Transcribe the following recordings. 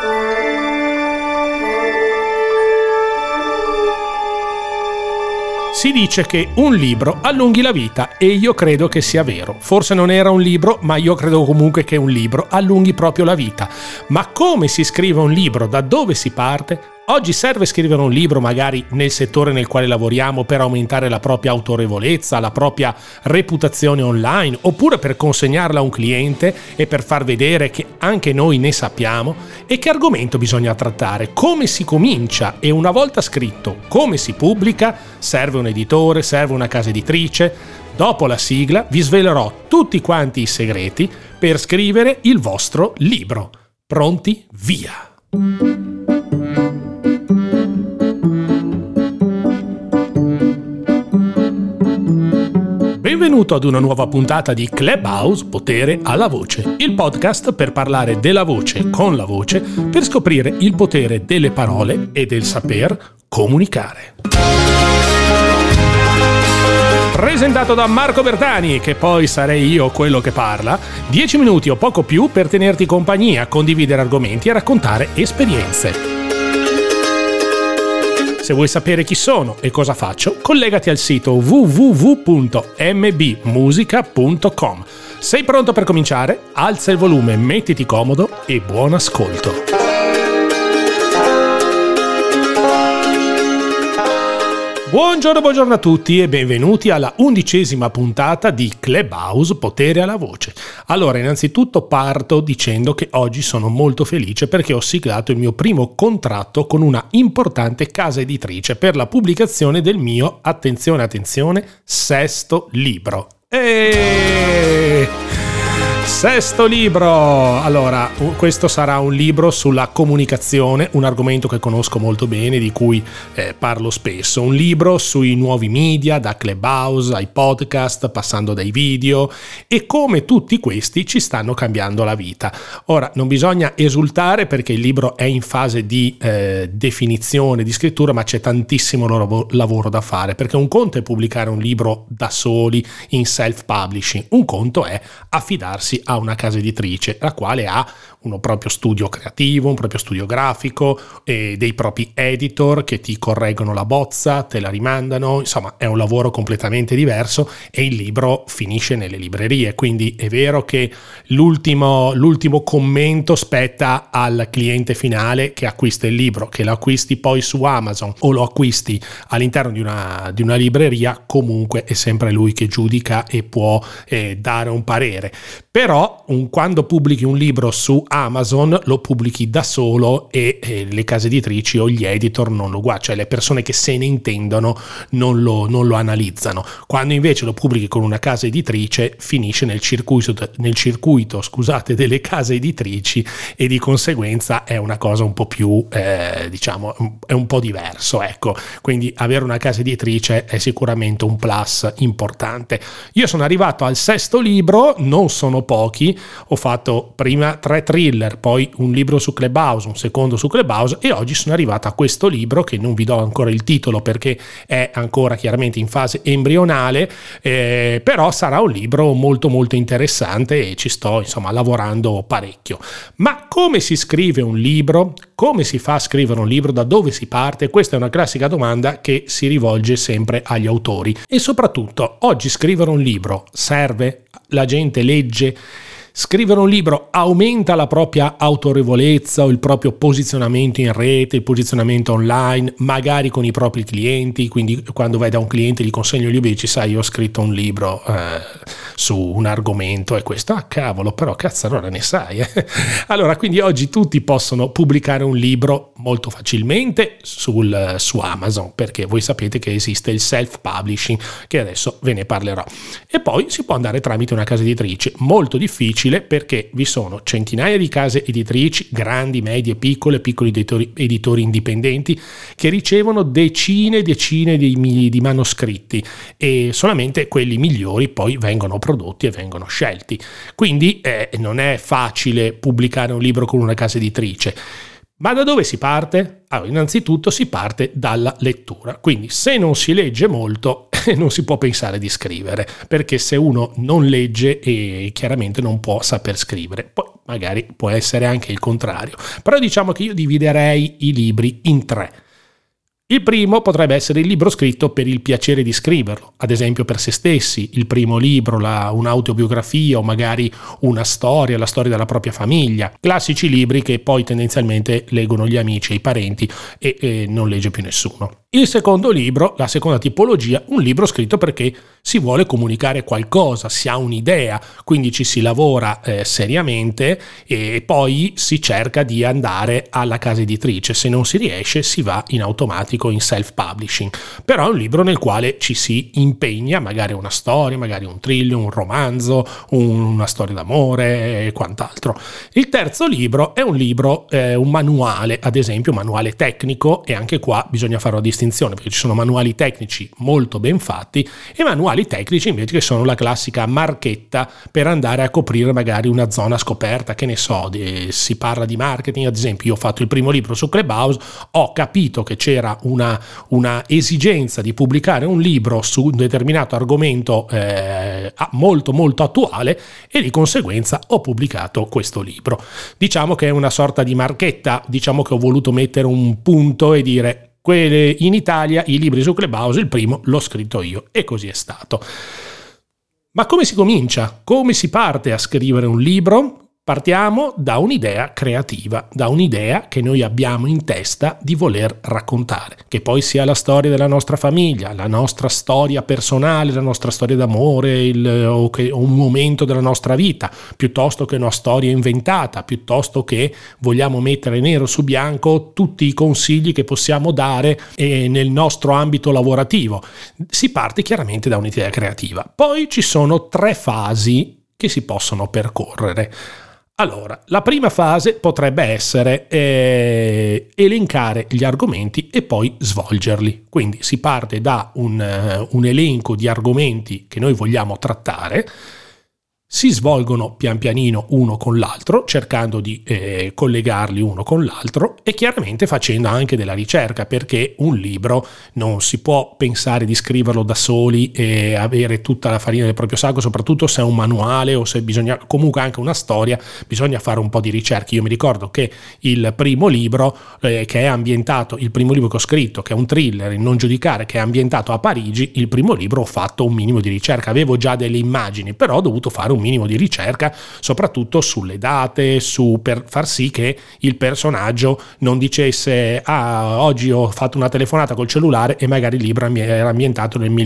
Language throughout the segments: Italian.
Si dice che un libro allunghi la vita e io credo che sia vero. Forse non era un libro, ma io credo comunque che un libro allunghi proprio la vita. Ma come si scrive un libro? Da dove si parte? Oggi serve scrivere un libro magari nel settore nel quale lavoriamo per aumentare la propria autorevolezza, la propria reputazione online, oppure per consegnarla a un cliente e per far vedere che anche noi ne sappiamo? E che argomento bisogna trattare? Come si comincia? E una volta scritto, come si pubblica? Serve un editore? Serve una casa editrice? Dopo la sigla vi svelerò tutti quanti i segreti per scrivere il vostro libro. Pronti? Via! Benvenuto ad una nuova puntata di Clubhouse Potere alla Voce, il podcast per parlare della voce con la voce, per scoprire il potere delle parole e del saper comunicare. Presentato da Marco Bertani, che poi sarei io quello che parla, 10 minuti o poco più per tenerti compagnia, condividere argomenti e raccontare esperienze. Se vuoi sapere chi sono e cosa faccio, collegati al sito www.mbmusica.com. Sei pronto per cominciare? Alza il volume, mettiti comodo e buon ascolto. Buongiorno a tutti e benvenuti alla 11ª puntata di Clubhouse Potere alla Voce. Allora, innanzitutto parto dicendo che oggi sono molto felice perché ho siglato il mio primo contratto con una importante casa editrice per la pubblicazione del mio, attenzione, 6º libro. Sesto libro! Allora, questo sarà un libro sulla comunicazione, un argomento che conosco molto bene, di cui parlo spesso. Un libro sui nuovi media, da Clubhouse ai podcast, passando dai video, e come tutti questi ci stanno cambiando la vita. Ora, non bisogna esultare perché il libro è in fase di definizione, di scrittura, ma c'è tantissimo lavoro da fare, perché un conto è pubblicare un libro da soli in self-publishing, un conto è affidarsi a una casa editrice, la quale ha uno proprio studio creativo, un proprio studio grafico e dei propri editor che ti correggono la bozza, te la rimandano, insomma è un lavoro completamente diverso e il libro finisce nelle librerie, quindi è vero che l'ultimo commento spetta al cliente finale che acquista il libro, che lo acquisti poi su Amazon o lo acquisti all'interno di una libreria, comunque è sempre lui che giudica e può dare un parere. Però quando pubblichi un libro su Amazon lo pubblichi da solo e le case editrici o gli editor non lo guardano, cioè le persone che se ne intendono non lo analizzano. Quando invece lo pubblichi con una casa editrice finisce nel circuito delle case editrici e di conseguenza è una cosa un po' più è un po' diverso, ecco. Quindi avere una casa editrice è sicuramente un plus importante. Io sono arrivato al 6º libro, non sono pochi, ho fatto prima 3 thriller, poi un libro su Clubhouse, un secondo su Clubhouse e oggi sono arrivato a questo libro che non vi do ancora il titolo perché è ancora chiaramente in fase embrionale, però sarà un libro molto molto interessante e ci sto lavorando parecchio. Ma come si scrive un libro? Come si fa a scrivere un libro? Da dove si parte? Questa è una classica domanda che si rivolge sempre agli autori e soprattutto oggi scrivere un libro serve? La gente legge? Scrivere un libro aumenta la propria autorevolezza o il proprio posizionamento in rete, il posizionamento online, magari con i propri clienti, quindi quando vai da un cliente gli consegno il libro e dici sai io ho scritto un libro su un argomento e questo, cavolo, però cazzo allora ne sai. Allora quindi oggi tutti possono pubblicare un libro molto facilmente su Amazon, perché voi sapete che esiste il self-publishing che adesso ve ne parlerò, e poi si può andare tramite una casa editrice, molto difficile perché vi sono centinaia di case editrici, grandi, medie, piccoli editori indipendenti che ricevono decine di manoscritti e solamente quelli migliori poi vengono prodotti e vengono scelti. Quindi non è facile pubblicare un libro con una casa editrice. Ma da dove si parte? Allora, innanzitutto si parte dalla lettura, quindi se non si legge molto non si può pensare di scrivere, perché se uno non legge chiaramente non può saper scrivere. Poi magari può essere anche il contrario. Però diciamo che io dividerei i libri in 3. Il primo potrebbe essere il libro scritto per il piacere di scriverlo, ad esempio per se stessi, il primo libro, un'autobiografia o magari una storia, la storia della propria famiglia, classici libri che poi tendenzialmente leggono gli amici e i parenti e non legge più nessuno. Il secondo libro, la seconda tipologia, un libro scritto perché si vuole comunicare qualcosa, si ha un'idea, quindi ci si lavora seriamente e poi si cerca di andare alla casa editrice. Se non si riesce si va in automatico in self-publishing, però è un libro nel quale ci si impegna, magari una storia, magari un thriller, un romanzo, una storia d'amore e quant'altro. Il terzo libro è un libro, un manuale, ad esempio un manuale tecnico, e anche qua bisogna fare una distinzione perché ci sono manuali tecnici molto ben fatti e manuali tecnici invece che sono la classica marchetta per andare a coprire magari una zona scoperta, che ne so, si parla di marketing, ad esempio io ho fatto il primo libro su Clubhouse, ho capito che c'era una esigenza di pubblicare un libro su un determinato argomento molto molto attuale e di conseguenza ho pubblicato questo libro. Diciamo che è una sorta di marchetta, diciamo che ho voluto mettere un punto e dire in Italia i libri su Clubhouse il primo l'ho scritto io, e così è stato. Ma come si comincia? Come si parte a scrivere un libro? Partiamo da un'idea creativa, da un'idea che noi abbiamo in testa di voler raccontare, che poi sia la storia della nostra famiglia, la nostra storia personale, la nostra storia d'amore o un momento della nostra vita, piuttosto che una storia inventata, piuttosto che vogliamo mettere nero su bianco tutti i consigli che possiamo dare nel nostro ambito lavorativo. Si parte chiaramente da un'idea creativa. Poi ci sono 3 fasi che si possono percorrere. Allora, la prima fase potrebbe essere elencare gli argomenti e poi svolgerli. Quindi si parte da un elenco di argomenti che noi vogliamo trattare, si svolgono pian pianino uno con l'altro, cercando di collegarli uno con l'altro e chiaramente facendo anche della ricerca, perché un libro non si può pensare di scriverlo da soli e avere tutta la farina del proprio sacco, soprattutto se è un manuale o se bisogna comunque anche una storia, bisogna fare un po' di ricerca. Io mi ricordo che il primo libro che è ambientato, il primo libro che ho scritto, che è un thriller, Il non giudicare, che è ambientato a Parigi, il primo libro ho fatto un minimo di ricerca, avevo già delle immagini, però ho dovuto fare un minimo di ricerca soprattutto sulle date, per far sì che il personaggio non dicesse oggi ho fatto una telefonata col cellulare e magari il libro era ambientato nel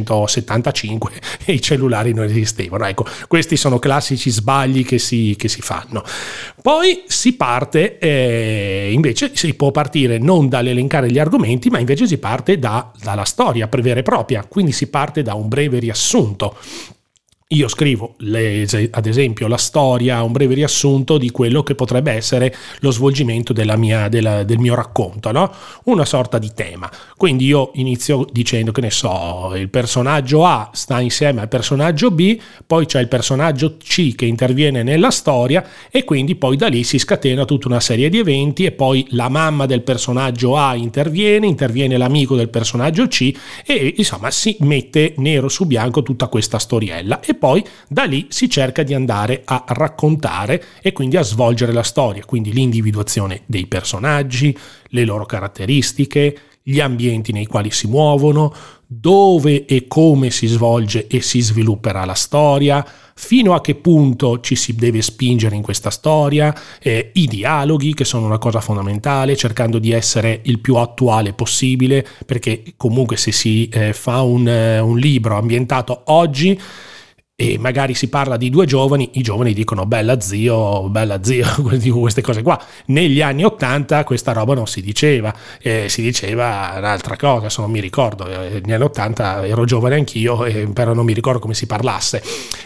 1975 e i cellulari non esistevano. Ecco, questi sono classici sbagli che si fanno. Poi si parte, invece si può partire non dall'elencare gli argomenti, ma invece si parte dalla storia vera e propria, quindi si parte da un breve riassunto. Io scrivo, ad esempio, la storia, un breve riassunto di quello che potrebbe essere lo svolgimento del mio racconto, no? Una sorta di tema. Quindi io inizio dicendo, che ne so, il personaggio A sta insieme al personaggio B, poi c'è il personaggio C che interviene nella storia e quindi poi da lì si scatena tutta una serie di eventi e poi la mamma del personaggio A interviene l'amico del personaggio C e insomma si mette nero su bianco tutta questa storiella e poi da lì si cerca di andare a raccontare e quindi a svolgere la storia, quindi l'individuazione dei personaggi, le loro caratteristiche, gli ambienti nei quali si muovono, dove e come si svolge e si svilupperà la storia, fino a che punto ci si deve spingere in questa storia, i dialoghi che sono una cosa fondamentale, cercando di essere il più attuale possibile, perché comunque se si fa un libro ambientato oggi e magari si parla di 2 giovani, i giovani dicono bella zio, queste cose qua. Negli anni 80 questa roba non si diceva, si diceva un'altra cosa, adesso non mi ricordo, negli anni 80 ero giovane anch'io, però non mi ricordo come si parlasse.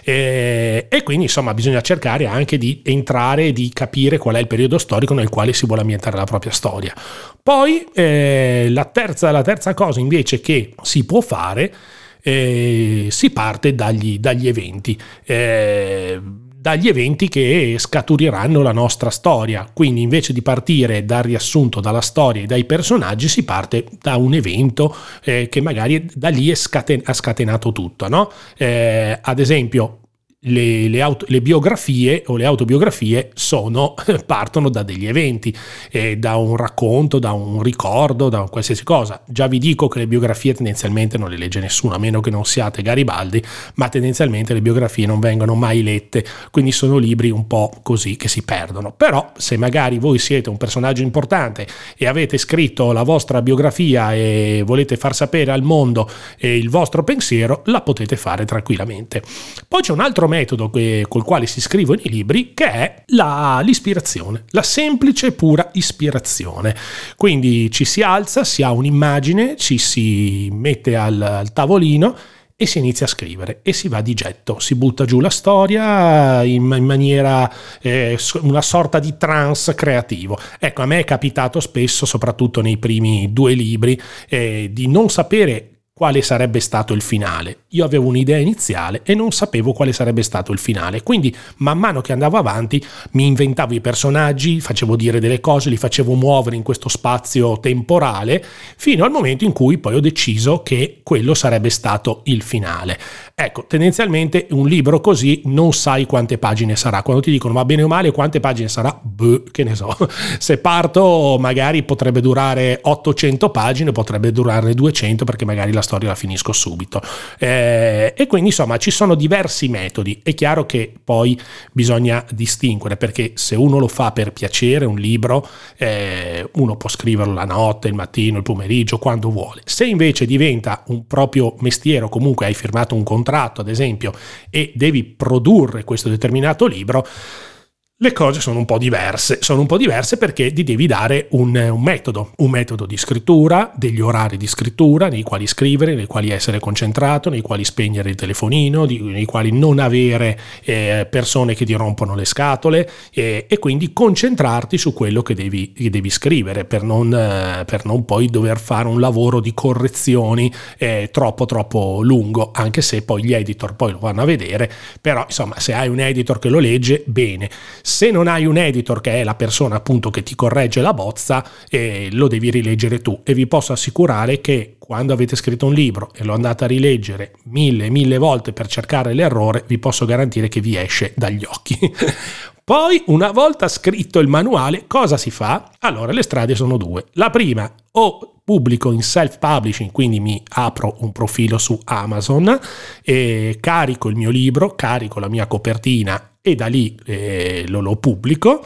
E quindi insomma bisogna cercare anche di entrare e di capire qual è il periodo storico nel quale si vuole ambientare la propria storia. Poi la terza cosa invece che si può fare, si parte dagli eventi che scaturiranno la nostra storia. Quindi invece di partire dal riassunto, dalla storia e dai personaggi, si parte da un evento che magari da lì ha scatenato tutto, no? Ad esempio le biografie o le autobiografie partono da degli eventi, da un racconto, da un ricordo, da qualsiasi cosa. Già vi dico che le biografie tendenzialmente non le legge nessuno, a meno che non siate Garibaldi, ma tendenzialmente le biografie non vengono mai lette, quindi sono libri un po' così che si perdono. Però se magari voi siete un personaggio importante e avete scritto la vostra biografia e volete far sapere al mondo il vostro pensiero, la potete fare tranquillamente. Poi c'è un altro metodo col quale si scrivono i libri, che è l'ispirazione, la semplice e pura ispirazione. Quindi ci si alza, si ha un'immagine, ci si mette al tavolino e si inizia a scrivere e si va di getto, si butta giù la storia in maniera una sorta di trance creativo. Ecco, a me è capitato spesso, soprattutto nei primi 2 libri, di non sapere quale sarebbe stato il finale. Io avevo un'idea iniziale e non sapevo quale sarebbe stato il finale, quindi man mano che andavo avanti mi inventavo i personaggi, facevo dire delle cose, li facevo muovere in questo spazio temporale fino al momento in cui poi ho deciso che quello sarebbe stato il finale. Ecco, tendenzialmente un libro così non sai quante pagine sarà. Quando ti dicono ma bene o male quante pagine sarà, che ne so, se parto magari potrebbe durare 800 pagine, potrebbe durarne 200 perché magari la storia la finisco subito, e quindi insomma ci sono diversi metodi. È chiaro che poi bisogna distinguere, perché se uno lo fa per piacere un libro, uno può scriverlo la notte, il mattino, il pomeriggio, quando vuole. Se invece diventa un proprio mestiere o comunque hai firmato un contratto ad esempio e devi produrre questo determinato libro, le cose sono un po' diverse perché ti devi dare un metodo di scrittura, degli orari di scrittura nei quali scrivere, nei quali essere concentrato, nei quali spegnere il telefonino, nei quali non avere persone che ti rompono le scatole, e quindi concentrarti su quello che devi scrivere per non poi dover fare un lavoro di correzioni troppo lungo, anche se poi gli editor poi lo vanno a vedere. Però insomma, se hai un editor che lo legge, bene. Se non hai un editor che è la persona appunto che ti corregge la bozza, lo devi rileggere tu, e vi posso assicurare che quando avete scritto un libro e lo andate a rileggere mille volte per cercare l'errore, vi posso garantire che vi esce dagli occhi. Poi, una volta scritto il manuale, cosa si fa? Allora, le strade sono 2. La prima, o pubblico in self-publishing, quindi mi apro un profilo su Amazon e carico il mio libro, carico la mia copertina e da lì lo pubblico,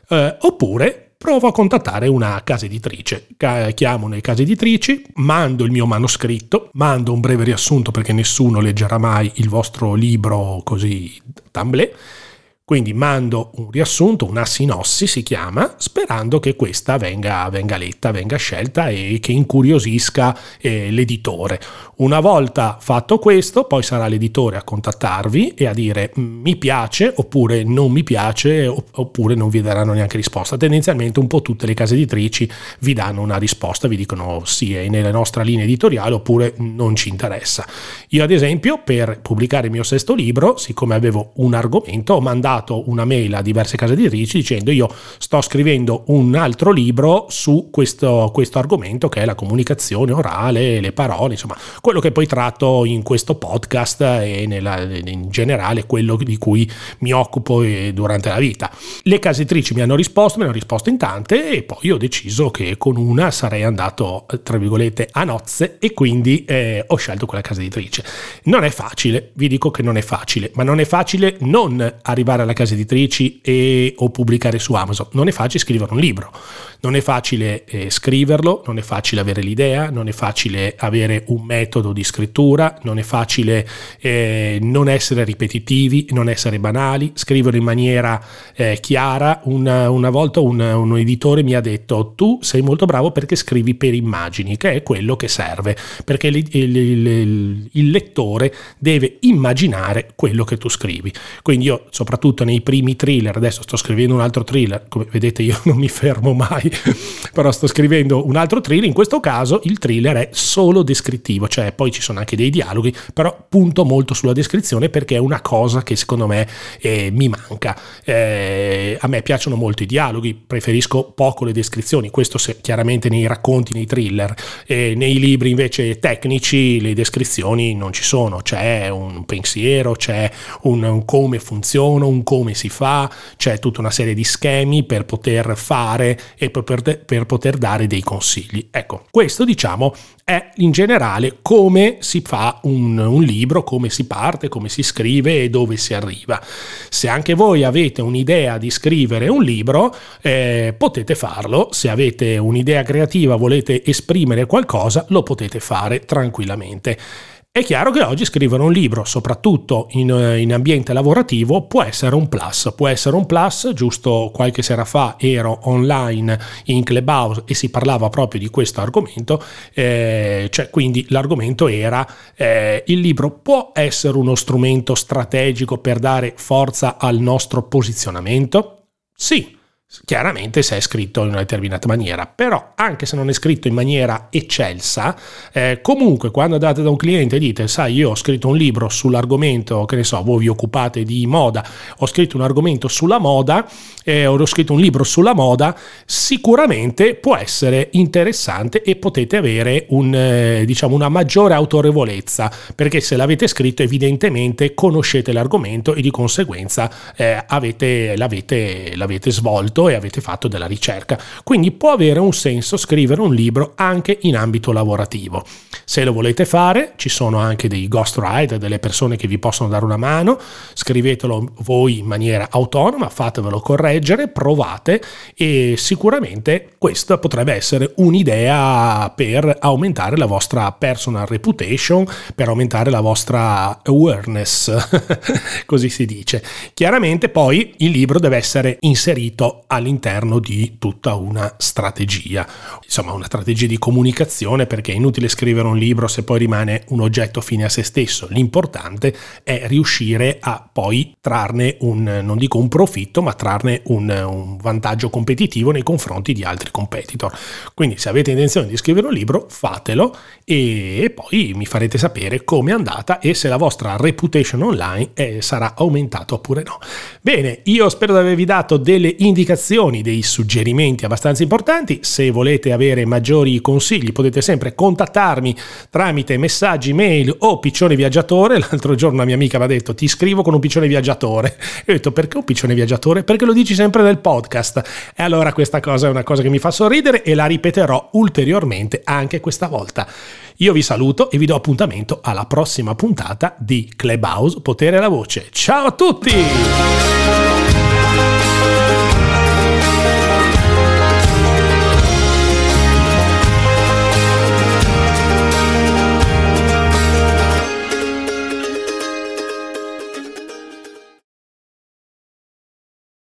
oppure provo a contattare una casa editrice. Chiamo le case editrici, mando il mio manoscritto, mando un breve riassunto perché nessuno leggerà mai il vostro libro così Tumblr. Quindi mando un riassunto, una sinossi si chiama, sperando che questa venga letta, venga scelta e che incuriosisca l'editore. Una volta fatto questo, poi sarà l'editore a contattarvi e a dire mi piace oppure non mi piace, oppure non vi daranno neanche risposta. Tendenzialmente un po' tutte le case editrici vi danno una risposta, vi dicono sì, è nella nostra linea editoriale, oppure non ci interessa. Io ad esempio, per pubblicare il mio 6º libro, siccome avevo un argomento, ho mandato una mail a diverse case editrici dicendo io sto scrivendo un altro libro su questo argomento, che è la comunicazione orale, le parole, insomma quello che poi tratto in questo podcast e in generale quello di cui mi occupo durante la vita. Le case editrici mi hanno risposto in tante, e poi ho deciso che con una sarei andato tra virgolette a nozze, e quindi ho scelto quella casa editrice. Non è facile, vi dico che non è facile, ma non è facile non arrivare alla casa editrici o pubblicare su Amazon. Non è facile scrivere un libro, non è facile scriverlo, non è facile avere l'idea, non è facile avere un metodo di scrittura, non è facile non essere ripetitivi, non essere banali, scriverlo in maniera chiara. Una volta un editore mi ha detto tu sei molto bravo perché scrivi per immagini, che è quello che serve, perché il lettore deve immaginare quello che tu scrivi. Quindi io soprattutto nei primi thriller, adesso sto scrivendo un altro thriller, come vedete io non mi fermo mai, però sto scrivendo un altro thriller. In questo caso il thriller è solo descrittivo, cioè poi ci sono anche dei dialoghi, però punto molto sulla descrizione perché è una cosa che secondo me mi manca. a me piacciono molto i dialoghi, preferisco poco le descrizioni, questo chiaramente nei racconti, nei thriller, nei libri invece tecnici le descrizioni non ci sono, c'è un pensiero, c'è un come funziona, un come si fa, c'è tutta una serie di schemi per poter fare e per poter dare dei consigli. Ecco, questo diciamo è in generale come si fa un libro, come si parte, come si scrive e dove si arriva. Se anche voi avete un'idea di scrivere un libro, potete farlo. Se avete un'idea creativa, volete esprimere qualcosa, lo potete fare tranquillamente. È chiaro che oggi scrivere un libro, soprattutto in ambiente lavorativo, può essere un plus. Giusto qualche sera fa ero online in Clubhouse e si parlava proprio di questo argomento, quindi l'argomento era il libro può essere uno strumento strategico per dare forza al nostro posizionamento? Sì. Chiaramente se è scritto in una determinata maniera, però anche se non è scritto in maniera eccelsa, comunque quando andate da un cliente e dite sai io ho scritto un libro sull'argomento, che ne so, voi vi occupate di moda, ho scritto un argomento sulla moda, ho scritto un libro sulla moda, sicuramente può essere interessante e potete avere una maggiore autorevolezza, perché se l'avete scritto evidentemente conoscete l'argomento e di conseguenza l'avete svolto e avete fatto della ricerca, quindi può avere un senso scrivere un libro anche in ambito lavorativo. Se lo volete fare, ci sono anche dei ghostwriter, delle persone che vi possono dare una mano, scrivetelo voi in maniera autonoma, fatevelo correggere, provate e sicuramente questa potrebbe essere un'idea per aumentare la vostra personal reputation, per aumentare la vostra awareness, così si dice. Chiaramente poi il libro deve essere inserito all'interno di tutta una strategia, insomma una strategia di comunicazione, perché è inutile scrivere un libro se poi rimane un oggetto fine a se stesso. L'importante è riuscire a poi trarne non dico un profitto, ma trarne un vantaggio competitivo nei confronti di altri competitor. Quindi se avete intenzione di scrivere un libro, fatelo e poi mi farete sapere come è andata e se la vostra reputation online sarà aumentata oppure no. Bene, io spero di avervi dato delle indicazioni, dei suggerimenti abbastanza importanti. Se volete avere maggiori consigli potete sempre contattarmi tramite messaggi, mail o piccione viaggiatore. L'altro giorno una mia amica mi ha detto ti scrivo con un piccione viaggiatore e ho detto perché un piccione viaggiatore? Perché lo dici sempre nel podcast, e allora questa cosa è una cosa che mi fa sorridere e la ripeterò ulteriormente anche questa volta. Io vi saluto e vi do appuntamento alla prossima puntata di Clubhouse Potere alla Voce. Ciao a tutti!